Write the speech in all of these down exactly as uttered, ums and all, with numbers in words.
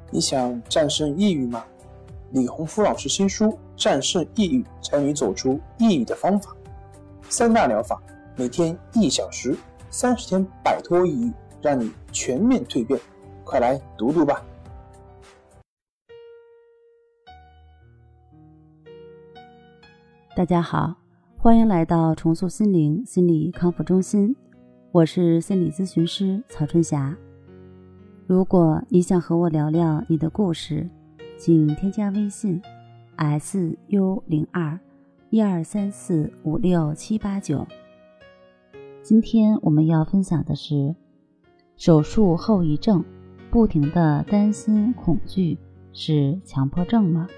你想战胜抑郁吗？李洪福老师新书《战胜抑郁》教你走出抑郁的方法，三大疗法，每天一小时，三十天摆脱抑郁，让你全面蜕变。快来读读吧。 大家好，欢迎来到重塑心灵心理康复中心，我是心理咨询师曹春霞。如果你想和我聊聊你的故事，请添加微信 S U 零二 一二三四五六七八九。今天我们要分享的是手术后遗症，不停的担心恐惧是强迫症吗？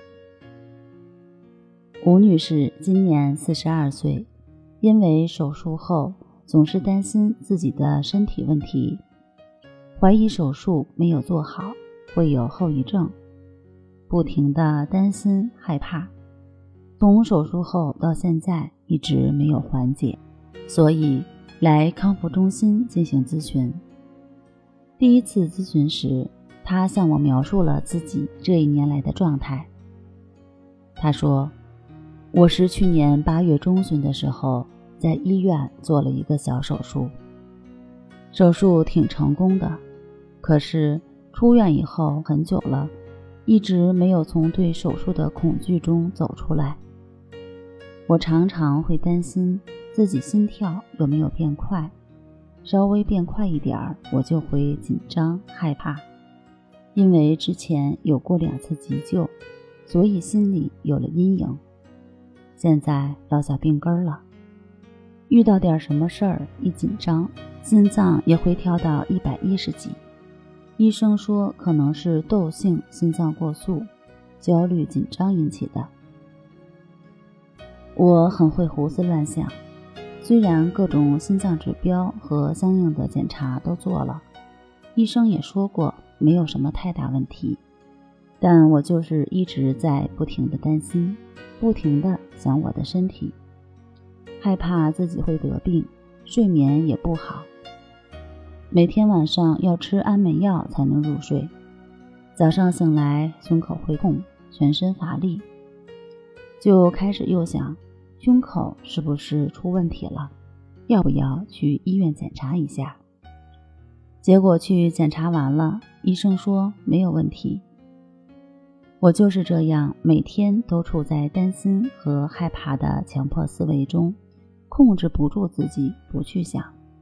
吴女士今年四十二岁，因为手术后总是担心自己的身体问题，怀疑手术没有做好会有后遗症，不停地担心害怕，从手术后到现在一直没有缓解，所以来康复中心进行咨询。第一次咨询时，她向我描述了自己这一年来的状态。她说，我是去年八月中旬的时候在医院做了一个小手术，手术挺成功的，可是出院以后很久了，一直没有从对手术的恐惧中走出来。我常常会担心自己心跳有没有变快，稍微变快一点我就会紧张害怕，因为之前有过两次急救，所以心里有了阴影。现在落下病根了，遇到点什么事儿一紧张，心脏也会跳到一百一十几。医生说可能是窦性心脏过速，焦虑紧张引起的。我很会胡思乱想，虽然各种心脏指标和相应的检查都做了，医生也说过没有什么太大问题，但我就是一直在不停的担心，不停地想我的身体，害怕自己会得病，睡眠也不好，每天晚上要吃安眠药才能入睡，早上醒来胸口会痛，全身乏力，就开始又想胸口是不是出问题了，要不要去医院检查一下。结果去检查完了，医生说没有问题。我就是这样，每天都处在担心和害怕的强迫思维中，控制不住自己不去想。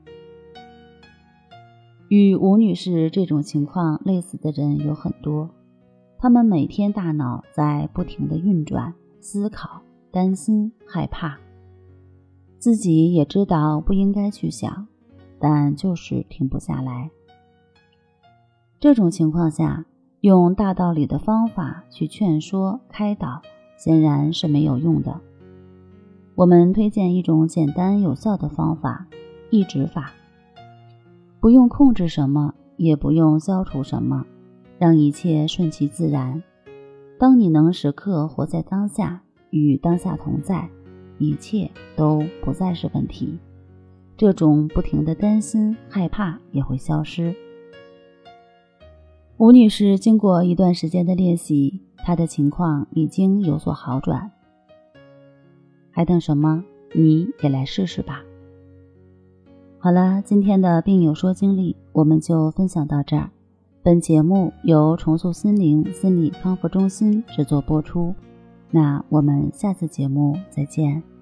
与吴女士这种情况类似的人有很多，他们每天大脑在不停地运转，思考，担心，害怕，自己也知道不应该去想，但就是停不下来。这种情况下，用大道理的方法去劝说开导显然是没有用的。我们推荐一种简单有效的方法，抑制法，不用控制什么，也不用消除什么，让一切顺其自然。当你能时刻活在当下，与当下同在，一切都不再是问题，这种不停的担心害怕也会消失。吴女士经过一段时间的练习，她的情况已经有所好转。还等什么？你也来试试吧。好了，今天的病友说经历我们就分享到这儿。本节目由重塑心灵心理康复中心制作播出。那我们下次节目再见。